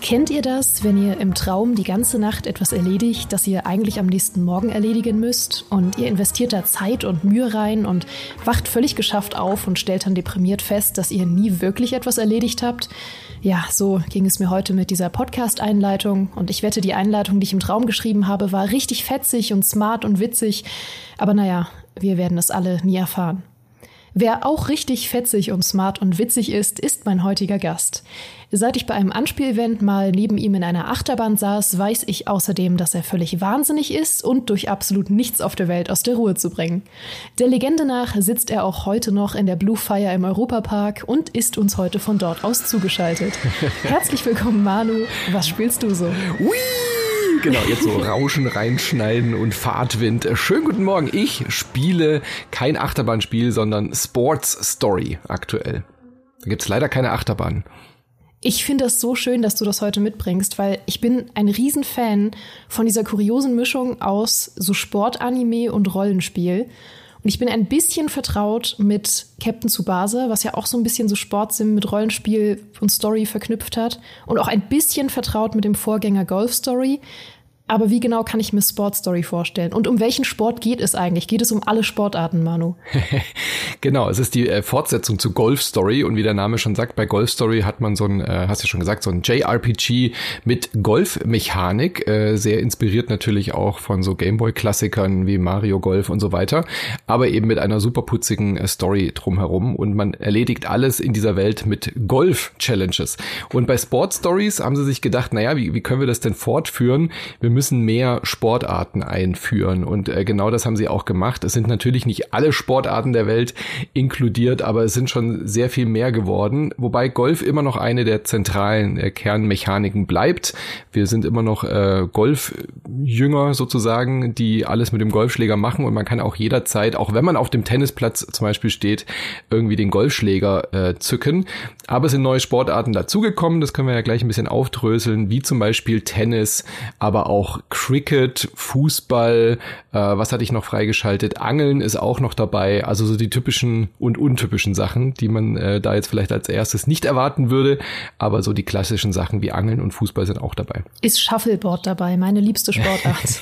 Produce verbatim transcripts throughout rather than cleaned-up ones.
Kennt ihr das, wenn ihr im Traum die ganze Nacht etwas erledigt, das ihr eigentlich am nächsten Morgen erledigen müsst? Und ihr investiert da Zeit und Mühe rein und wacht völlig geschafft auf und stellt dann deprimiert fest, dass ihr nie wirklich etwas erledigt habt? Ja, so ging es mir heute mit dieser Podcast-Einleitung. Und ich wette, die Einleitung, die ich im Traum geschrieben habe, war richtig fetzig und smart und witzig. Aber naja, wir werden es alle nie erfahren. Wer auch richtig fetzig und smart und witzig ist, ist mein heutiger Gast. Seit ich bei einem Anspielevent mal neben ihm in einer Achterbahn saß, weiß ich außerdem, dass er völlig wahnsinnig ist und durch absolut nichts auf der Welt aus der Ruhe zu bringen. Der Legende nach sitzt er auch heute noch in der Blue Fire im Europapark und ist uns heute von dort aus zugeschaltet. Herzlich willkommen, Manu. Was spielst du so? Ui! Genau, jetzt so Rauschen reinschneiden und Fahrtwind. Schönen guten Morgen. Ich spiele kein Achterbahnspiel, sondern Sports Story aktuell. Da gibt's leider keine Achterbahn. Ich finde das so schön, dass du das heute mitbringst, weil ich bin ein Riesenfan von dieser kuriosen Mischung aus so Sportanime und Rollenspiel. Und ich bin ein bisschen vertraut mit Captain Tsubasa, was ja auch so ein bisschen so Sportsim mit Rollenspiel und Story verknüpft hat. Und auch ein bisschen vertraut mit dem Vorgänger Golf Story. Aber wie genau kann ich mir Sport Story vorstellen? Und um welchen Sport geht es eigentlich? Geht es um alle Sportarten, Manu? Genau, es ist die äh, Fortsetzung zu Golf Story. Und wie der Name schon sagt, bei Golf Story hat man so ein, äh, hast du ja schon gesagt, so ein J R P G mit Golfmechanik. Äh, sehr inspiriert natürlich auch von so Gameboy-Klassikern wie Mario Golf und so weiter. Aber eben mit einer super putzigen äh, Story drumherum. Und man erledigt alles in dieser Welt mit Golf-Challenges. Und bei Sport Stories haben sie sich gedacht, naja, wie, wie können wir das denn fortführen? Wir müssen mehr Sportarten einführen und äh, genau das haben sie auch gemacht. Es sind natürlich nicht alle Sportarten der Welt inkludiert, aber es sind schon sehr viel mehr geworden, wobei Golf immer noch eine der zentralen äh, Kernmechaniken bleibt. Wir sind immer noch äh, Golfjünger sozusagen, die alles mit dem Golfschläger machen und man kann auch jederzeit, auch wenn man auf dem Tennisplatz zum Beispiel steht, irgendwie den Golfschläger äh, zücken. Aber es sind neue Sportarten dazugekommen, das können wir ja gleich ein bisschen aufdröseln, wie zum Beispiel Tennis, aber auch Cricket, Fußball, äh, was hatte ich noch freigeschaltet? Angeln ist auch noch dabei. Also so die typischen und untypischen Sachen, die man äh, da jetzt vielleicht als erstes nicht erwarten würde. Aber so die klassischen Sachen wie Angeln und Fußball sind auch dabei. Ist Shuffleboard dabei, meine liebste Sportart?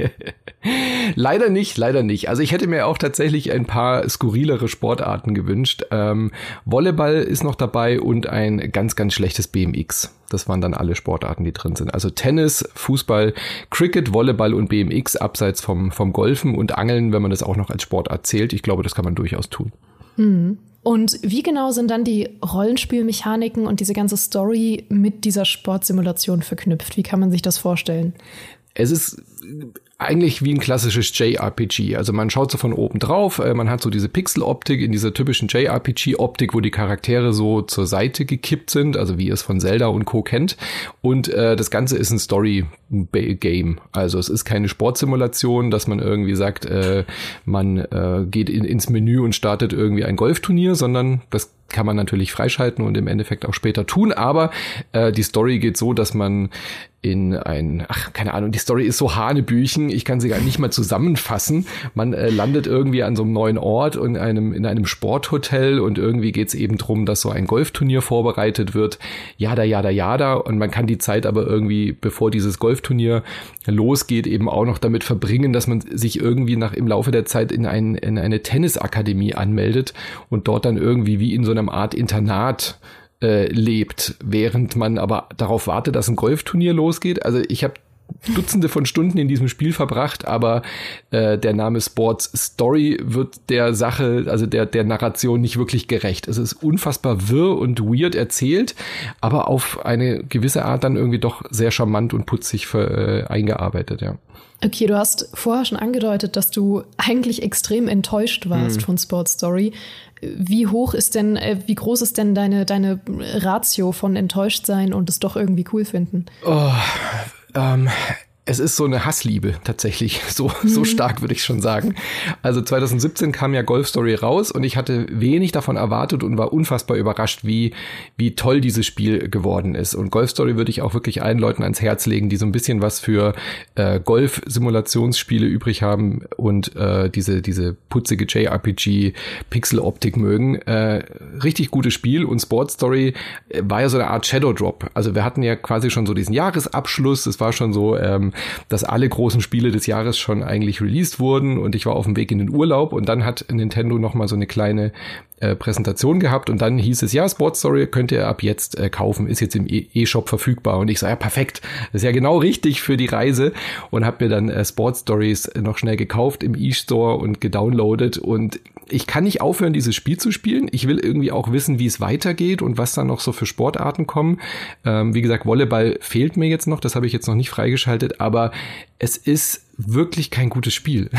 Leider nicht, leider nicht. Also ich hätte mir auch tatsächlich ein paar skurrilere Sportarten gewünscht. Ähm, Volleyball ist noch dabei und ein ganz, ganz schlechtes B M X. Das waren dann alle Sportarten, die drin sind. Also Tennis, Fußball, Cricket, Volleyball und B M X abseits vom, vom Golfen und Angeln, wenn man das auch noch als Sportart zählt. Ich glaube, das kann man durchaus tun. Mhm. Und wie genau sind dann die Rollenspielmechaniken und diese ganze Story mit dieser Sportsimulation verknüpft? Wie kann man sich das vorstellen? Es ist eigentlich wie ein klassisches J R P G. Also man schaut so von oben drauf, man hat so diese Pixel-Optik in dieser typischen J R P G-Optik, wo die Charaktere so zur Seite gekippt sind, also wie ihr es von Zelda und Co. kennt. Und äh, das Ganze ist ein Story-Game. Also es ist keine Sportsimulation, dass man irgendwie sagt, äh, man äh, geht in, ins Menü und startet irgendwie ein Golfturnier, sondern das kann man natürlich freischalten und im Endeffekt auch später tun, aber äh, die Story geht so, dass man in ein, ach, keine Ahnung, die Story ist so hanebüchen, ich kann sie gar nicht mal zusammenfassen. Man äh, landet irgendwie an so einem neuen Ort und einem, in einem Sporthotel und irgendwie geht's eben drum, dass so ein Golfturnier vorbereitet wird. Jada, jada, jada. Und man kann die Zeit aber irgendwie, bevor dieses Golfturnier losgeht, eben auch noch damit verbringen, dass man sich irgendwie nach im Laufe der Zeit in, ein, in eine Tennisakademie anmeldet und dort dann irgendwie wie in so einer Art Internat äh, lebt, während man aber darauf wartet, dass ein Golfturnier losgeht. Also ich habe Dutzende von Stunden in diesem Spiel verbracht, aber äh, der Name Sports Story wird der Sache, also der der Narration nicht wirklich gerecht. Es ist unfassbar wirr und weird erzählt, aber auf eine gewisse Art dann irgendwie doch sehr charmant und putzig für, äh, eingearbeitet, ja. Okay, du hast vorher schon angedeutet, dass du eigentlich extrem enttäuscht warst hm. von Sports Story. Wie hoch ist denn, äh, wie groß ist denn deine deine Ratio von enttäuscht sein und es doch irgendwie cool finden? Oh, ähm, es ist so eine Hassliebe tatsächlich. So, mhm. so stark würde ich schon sagen. Also zwanzig siebzehn kam ja Golf Story raus und ich hatte wenig davon erwartet und war unfassbar überrascht, wie, wie toll dieses Spiel geworden ist. Und Golf Story würde ich auch wirklich allen Leuten ans Herz legen, die so ein bisschen was für äh, Golf-Simulationsspiele übrig haben und äh, diese, diese putzige J R P G-Pixel-Optik mögen. Äh, richtig gutes Spiel und Sports Story war ja so eine Art Shadow Drop. Also wir hatten ja quasi schon so diesen Jahresabschluss. Es war schon so, ähm, dass alle großen Spiele des Jahres schon eigentlich released wurden und ich war auf dem Weg in den Urlaub und dann hat Nintendo noch mal so eine kleine äh, Präsentation gehabt und dann hieß es, ja, Sports Story könnt ihr ab jetzt äh, kaufen, ist jetzt im E-Shop verfügbar und ich so, ja, perfekt, das ist ja genau richtig für die Reise und habe mir dann äh, Sports Stories noch schnell gekauft im E-Store und gedownloadet und ich kann nicht aufhören, dieses Spiel zu spielen. Ich will irgendwie auch wissen, wie es weitergeht und was da noch so für Sportarten kommen. Ähm, wie gesagt, Volleyball fehlt mir jetzt noch, das habe ich jetzt noch nicht freigeschaltet, aber es ist wirklich kein gutes Spiel.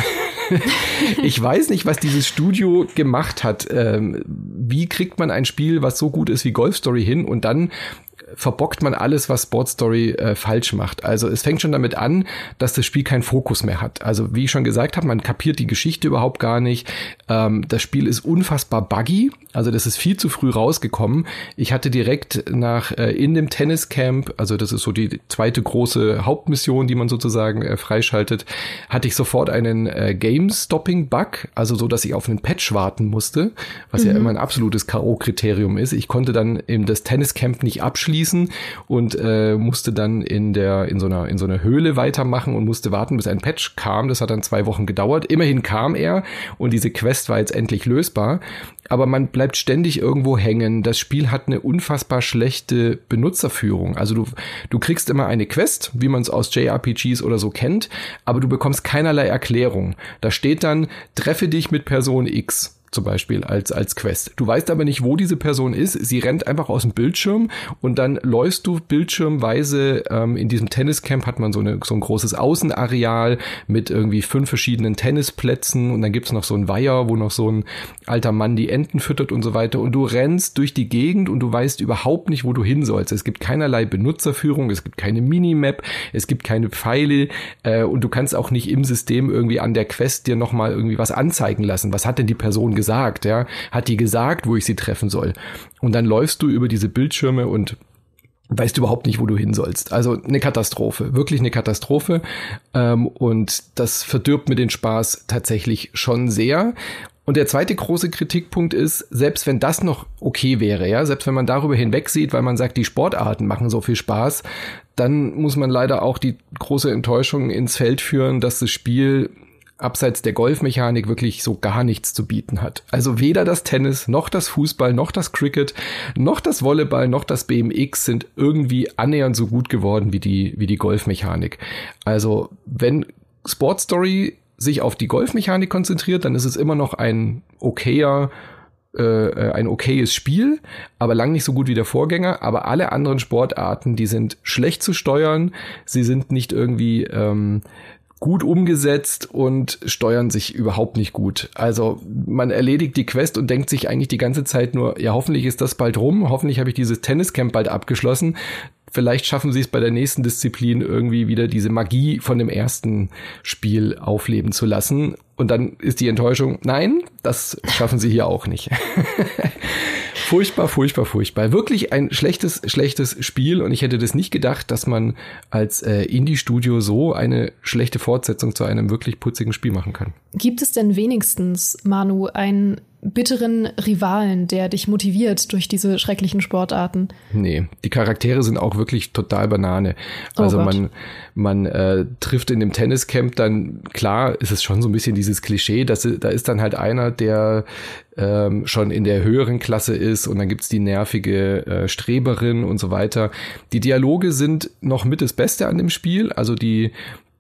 Ich weiß nicht, was dieses Studio gemacht hat. Ähm, wie kriegt man ein Spiel, was so gut ist wie Golf Story hin und dann verbockt man alles, was Sports Story äh, falsch macht. Also es fängt schon damit an, dass das Spiel keinen Fokus mehr hat. Also wie ich schon gesagt habe, man kapiert die Geschichte überhaupt gar nicht. Ähm, das Spiel ist unfassbar buggy. Also das ist viel zu früh rausgekommen. Ich hatte direkt nach äh, in dem Tenniscamp, also das ist so die zweite große Hauptmission, die man sozusagen äh, freischaltet, hatte ich sofort einen äh, Game-Stopping-Bug, also so, dass ich auf einen Patch warten musste, was mhm. ja immer ein absolutes K O-Kriterium ist. Ich konnte dann eben das Tenniscamp nicht abschließen und äh, musste dann in der in so einer in so einer Höhle weitermachen und musste warten, bis ein Patch kam. Das hat dann zwei Wochen gedauert. Immerhin kam er und diese Quest war jetzt endlich lösbar. Aber man bleibt ständig irgendwo hängen. Das Spiel hat eine unfassbar schlechte Benutzerführung. Also du du kriegst immer eine Quest, wie man es aus J R P Gs oder so kennt, aber du bekommst keinerlei Erklärung. Da steht dann, treffe dich mit Person X. Zum Beispiel als als Quest. Du weißt aber nicht, wo diese Person ist. Sie rennt einfach aus dem Bildschirm und dann läufst du bildschirmweise. Ähm, in diesem Tenniscamp hat man so, eine, so ein großes Außenareal mit irgendwie fünf verschiedenen Tennisplätzen und dann gibt's noch so ein Weiher, wo noch so ein alter Mann die Enten füttert und so weiter und du rennst durch die Gegend und du weißt überhaupt nicht, wo du hin sollst. Es gibt keinerlei Benutzerführung, es gibt keine Minimap, es gibt keine Pfeile äh, und du kannst auch nicht im System irgendwie an der Quest dir nochmal irgendwie was anzeigen lassen. Was hat denn die Person gesagt, ja? Hat die gesagt, wo ich sie treffen soll? Und dann läufst du über diese Bildschirme und weißt überhaupt nicht, wo du hin sollst. Also eine Katastrophe, wirklich eine Katastrophe. Ähm, und das verdirbt mir den Spaß tatsächlich schon sehr. Und der zweite große Kritikpunkt ist, selbst wenn das noch okay wäre, ja, selbst wenn man darüber hinweg sieht, weil man sagt, die Sportarten machen so viel Spaß, dann muss man leider auch die große Enttäuschung ins Feld führen, dass das Spiel abseits der Golfmechanik wirklich so gar nichts zu bieten hat. Also weder das Tennis, noch das Fußball, noch das Cricket, noch das Volleyball, noch das B M X sind irgendwie annähernd so gut geworden wie die, wie die Golfmechanik. Also wenn Sports Story sich auf die Golfmechanik konzentriert, dann ist es immer noch ein okayer äh, ein okayes Spiel, aber lang nicht so gut wie der Vorgänger. Aber alle anderen Sportarten, die sind schlecht zu steuern, sie sind nicht irgendwie ähm, gut umgesetzt und steuern sich überhaupt nicht gut. Also man erledigt die Quest und denkt sich eigentlich die ganze Zeit nur, ja, hoffentlich ist das bald rum, hoffentlich habe ich dieses Tenniscamp bald abgeschlossen. Vielleicht schaffen sie es bei der nächsten Disziplin irgendwie wieder diese Magie von dem ersten Spiel aufleben zu lassen. Und dann ist die Enttäuschung, nein, das schaffen sie hier auch nicht. Furchtbar, furchtbar, furchtbar. Wirklich ein schlechtes, schlechtes Spiel und ich hätte das nicht gedacht, dass man als äh, Indie-Studio so eine schlechte Fortsetzung zu einem wirklich putzigen Spiel machen kann. Gibt es denn wenigstens, Manu, einen bitteren Rivalen, der dich motiviert durch diese schrecklichen Sportarten? Nee, die Charaktere sind auch wirklich total Banane. Also oh man man äh, trifft in dem Tenniscamp dann, klar ist es schon so ein bisschen dieses Klischee, dass da ist dann halt einer, der ähm, schon in der höheren Klasse ist und dann gibt's die nervige äh, Streberin und so weiter. Die Dialoge sind noch mit das Beste an dem Spiel, also die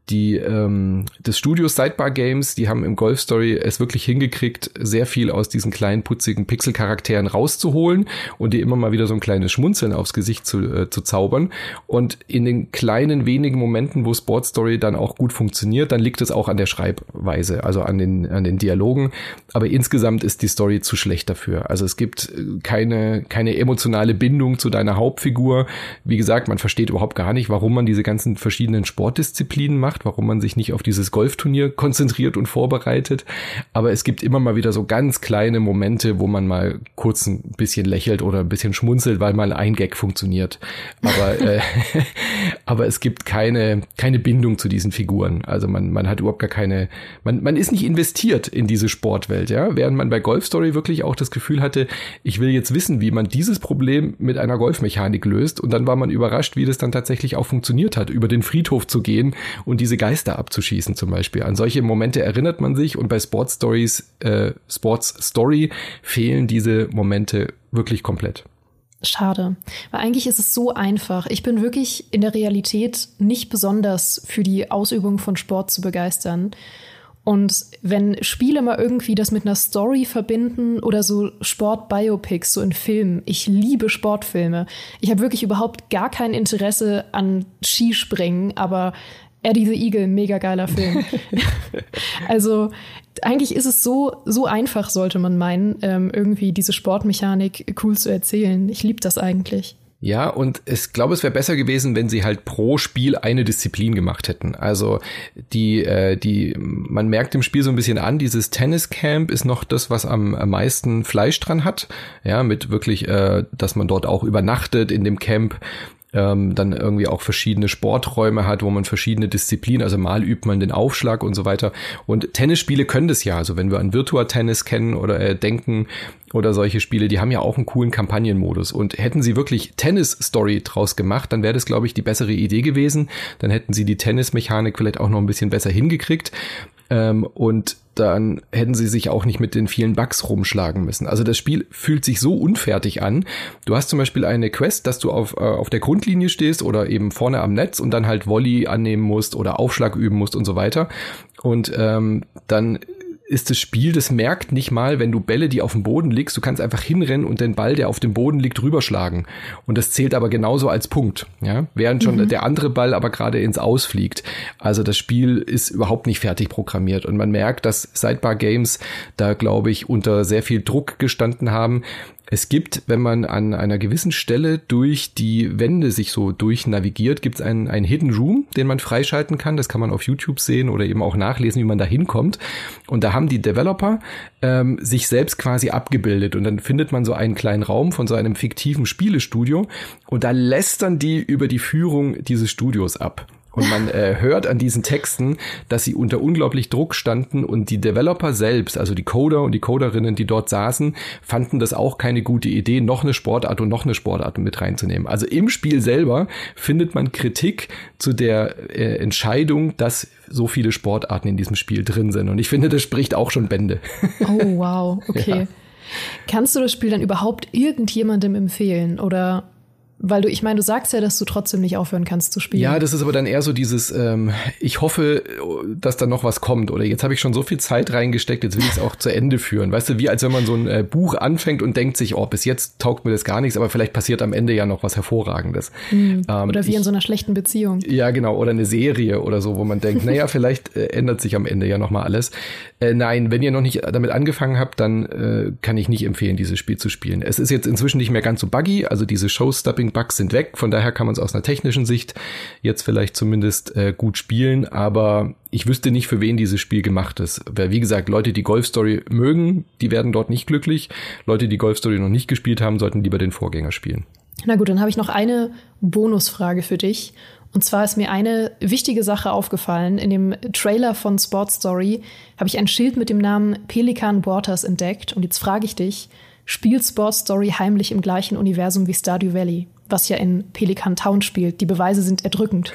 die ähm, des Studios Sidebar Games, die haben im Golf Story es wirklich hingekriegt, sehr viel aus diesen kleinen putzigen Pixel-Charakteren rauszuholen und die immer mal wieder so ein kleines Schmunzeln aufs Gesicht zu, äh, zu zaubern. Und in den kleinen wenigen Momenten, wo Sports Story dann auch gut funktioniert, dann liegt es auch an der Schreibweise, also an den an den Dialogen. Aber insgesamt ist die Story zu schlecht dafür. Also es gibt keine keine emotionale Bindung zu deiner Hauptfigur. Wie gesagt, man versteht überhaupt gar nicht, warum man diese ganzen verschiedenen Sportdisziplinen macht, warum man sich nicht auf dieses Golfturnier konzentriert und vorbereitet. Aber es gibt immer mal wieder so ganz kleine Momente, wo man mal kurz ein bisschen lächelt oder ein bisschen schmunzelt, weil mal ein Gag funktioniert. Aber, äh, aber es gibt keine, keine Bindung zu diesen Figuren. Also man, man hat überhaupt gar keine, man, man ist nicht investiert in diese Sportwelt, ja. Während man bei Golf Story wirklich auch das Gefühl hatte, ich will jetzt wissen, wie man dieses Problem mit einer Golfmechanik löst. Und dann war man überrascht, wie das dann tatsächlich auch funktioniert hat, über den Friedhof zu gehen und die diese Geister abzuschießen zum Beispiel. An solche Momente erinnert man sich und bei Sports Stories, äh, Sports Story fehlen diese Momente wirklich komplett. Schade, weil eigentlich ist es so einfach. Ich bin wirklich in der Realität nicht besonders für die Ausübung von Sport zu begeistern. Und wenn Spiele mal irgendwie das mit einer Story verbinden oder so Sport-Biopics, so in Filmen, ich liebe Sportfilme. Ich habe wirklich überhaupt gar kein Interesse an Skispringen, aber Eddie the Eagle, mega geiler Film. Also eigentlich ist es so, so einfach, sollte man meinen, ähm, irgendwie diese Sportmechanik cool zu erzählen. Ich liebe das eigentlich. Ja, und ich glaube, es wäre besser gewesen, wenn sie halt pro Spiel eine Disziplin gemacht hätten. Also die, äh, die, man merkt im Spiel so ein bisschen an, dieses Tenniscamp ist noch das, was am, am meisten Fleisch dran hat. Ja, mit wirklich, äh, dass man dort auch übernachtet in dem Camp. Ähm, dann irgendwie auch verschiedene Sporträume hat, wo man verschiedene Disziplinen, also mal übt man den Aufschlag und so weiter. Und Tennisspiele können das ja, also wenn wir an Virtua Tennis kennen oder äh, denken oder solche Spiele, die haben ja auch einen coolen Kampagnenmodus. Und hätten sie wirklich Tennis-Story draus gemacht, dann wäre das, glaube ich, die bessere Idee gewesen. Dann hätten sie die Tennismechanik vielleicht auch noch ein bisschen besser hingekriegt. Ähm, und dann hätten sie sich auch nicht mit den vielen Bugs rumschlagen müssen. Also das Spiel fühlt sich so unfertig an. Du hast zum Beispiel eine Quest, dass du auf, äh, auf der Grundlinie stehst oder eben vorne am Netz und dann halt Volley annehmen musst oder Aufschlag üben musst und so weiter. Und ähm, dann ist das Spiel, das merkt nicht mal, wenn du Bälle, die auf dem Boden liegst, du kannst einfach hinrennen und den Ball, der auf dem Boden liegt, rüberschlagen. Und das zählt aber genauso als Punkt, ja, während schon mhm. der andere Ball aber gerade ins Aus fliegt. Also das Spiel ist überhaupt nicht fertig programmiert und man merkt, dass Sidebar Games da, glaube ich, unter sehr viel Druck gestanden haben. Es gibt, wenn man an einer gewissen Stelle durch die Wände sich so durchnavigiert, gibt es einen, einen Hidden Room, den man freischalten kann. Das kann man auf YouTube sehen oder eben auch nachlesen, wie man da hinkommt. Und da haben die Developer ähm, sich selbst quasi abgebildet. Und dann findet man so einen kleinen Raum von so einem fiktiven Spielestudio. Und da lästern die über die Führung dieses Studios ab. Und man äh, hört an diesen Texten, dass sie unter unglaublich Druck standen und die Developer selbst, also die Coder und die Coderinnen, die dort saßen, fanden das auch keine gute Idee, noch eine Sportart und noch eine Sportart mit reinzunehmen. Also im Spiel selber findet man Kritik zu der äh, Entscheidung, dass so viele Sportarten in diesem Spiel drin sind. Und ich finde, das spricht auch schon Bände. Oh, wow, okay. Ja. Kannst du das Spiel dann überhaupt irgendjemandem empfehlen oder... Weil du, ich meine, du sagst ja, dass du trotzdem nicht aufhören kannst zu spielen. Ja, das ist aber dann eher so dieses, ähm, ich hoffe, dass da noch was kommt. Oder jetzt habe ich schon so viel Zeit reingesteckt, jetzt will ich es auch zu Ende führen. Weißt du, wie als wenn man so ein äh, Buch anfängt und denkt sich, oh, bis jetzt taugt mir das gar nichts, aber vielleicht passiert am Ende ja noch was Hervorragendes. Mhm. Ähm, oder wie ich, in so einer schlechten Beziehung. Ja, genau. Oder eine Serie oder so, wo man denkt, naja, vielleicht äh, ändert sich am Ende ja noch mal alles. Äh, nein, wenn ihr noch nicht damit angefangen habt, dann äh, kann ich nicht empfehlen, dieses Spiel zu spielen. Es ist jetzt inzwischen nicht mehr ganz so buggy, also diese Show-Stopping Bugs sind weg, von daher kann man es aus einer technischen Sicht jetzt vielleicht zumindest äh, gut spielen, aber ich wüsste nicht, für wen dieses Spiel gemacht ist. Weil, wie gesagt, Leute, die Golf Story mögen, die werden dort nicht glücklich. Leute, die Golf Story noch nicht gespielt haben, sollten lieber den Vorgänger spielen. Na gut, dann habe ich noch eine Bonusfrage für dich. Und zwar ist mir eine wichtige Sache aufgefallen. In dem Trailer von Sports Story habe ich ein Schild mit dem Namen Pelican Waters entdeckt. Und jetzt frage ich dich, spielt Sports Story heimlich im gleichen Universum wie Stardew Valley, was ja in Pelican Town spielt? Die Beweise sind erdrückend.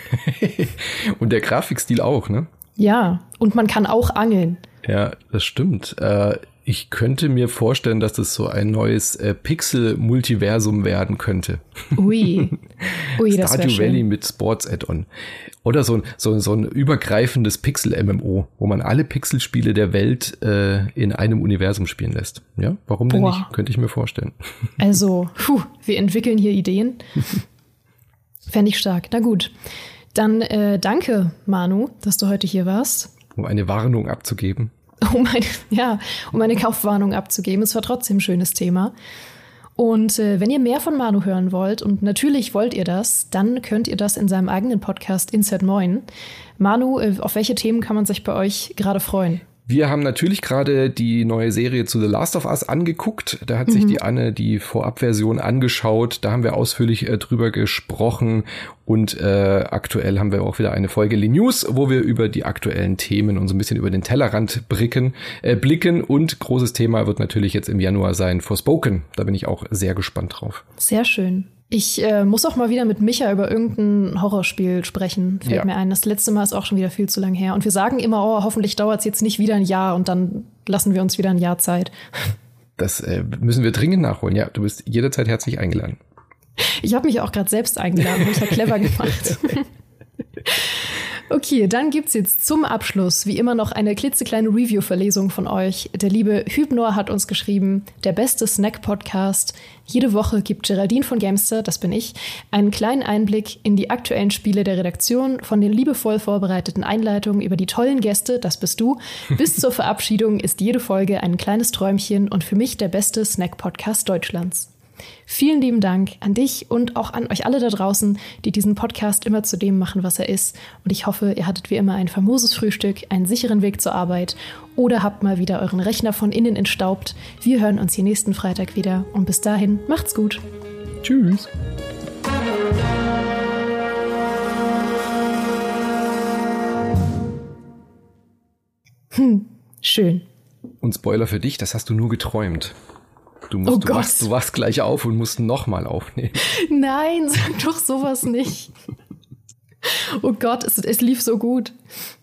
Und der Grafikstil auch, ne? Ja, und man kann auch angeln. Ja, das stimmt. Äh, Ich könnte mir vorstellen, dass das so ein neues äh, Pixel-Multiversum werden könnte. Ui, Ui das Stardew schön. Valley mit Sports-Add-on. Oder so ein, so, so ein übergreifendes Pixel-M M O, wo man alle Pixelspiele der Welt äh, in einem Universum spielen lässt. Ja, warum denn Boah. nicht? Könnte ich mir vorstellen. Also, puh, wir entwickeln hier Ideen. Fände ich stark. Na gut. Dann äh, danke, Manu, dass du heute hier warst. Um eine Warnung abzugeben. Um eine, ja, um eine Kaufwarnung abzugeben. Es war trotzdem ein schönes Thema. Und äh, wenn ihr mehr von Manu hören wollt, und natürlich wollt ihr das, dann könnt ihr das in seinem eigenen Podcast Inside Moin. Manu, äh, auf welche Themen kann man sich bei euch gerade freuen? Wir haben natürlich gerade die neue Serie zu The Last of Us angeguckt. Da hat mhm. sich die Anne die Vorabversion angeschaut. Da haben wir ausführlich äh, drüber gesprochen. Und äh, aktuell haben wir auch wieder eine Folge Lee News, wo wir über die aktuellen Themen und so ein bisschen über den Tellerrand blicken. Äh, blicken. Und großes Thema wird natürlich jetzt im Januar sein Forspoken. Da bin ich auch sehr gespannt drauf. Sehr schön. Ich äh, muss auch mal wieder mit Micha über irgendein Horrorspiel sprechen, fällt ja. mir ein. Das letzte Mal ist auch schon wieder viel zu lang her. Und wir sagen immer, oh, hoffentlich dauert es jetzt nicht wieder ein Jahr und dann lassen wir uns wieder ein Jahr Zeit. Das äh, müssen wir dringend nachholen. Ja, du bist jederzeit herzlich eingeladen. Ich habe mich auch gerade selbst eingeladen. Ich habe clever gemacht. Okay, dann gibt's jetzt zum Abschluss wie immer noch eine klitzekleine Review-Verlesung von euch. Der liebe Hübnor hat uns geschrieben, der beste Snack-Podcast. Jede Woche gibt Geraldine von Gamester, das bin ich, einen kleinen Einblick in die aktuellen Spiele der Redaktion, von den liebevoll vorbereiteten Einleitungen über die tollen Gäste, das bist du, bis zur Verabschiedung ist jede Folge ein kleines Träumchen und für mich der beste Snack-Podcast Deutschlands. Vielen lieben Dank an dich und auch an euch alle da draußen, die diesen Podcast immer zu dem machen, was er ist. Und ich hoffe, ihr hattet wie immer ein famoses Frühstück, einen sicheren Weg zur Arbeit oder habt mal wieder euren Rechner von innen entstaubt. Wir hören uns hier nächsten Freitag wieder und bis dahin, macht's gut. Tschüss. Hm, schön. Und Spoiler für dich, das hast du nur geträumt. Du, musst, oh du, wachst, du wachst gleich auf und musst nochmal aufnehmen. Nein, sag doch sowas nicht. Oh Gott, es, es lief so gut.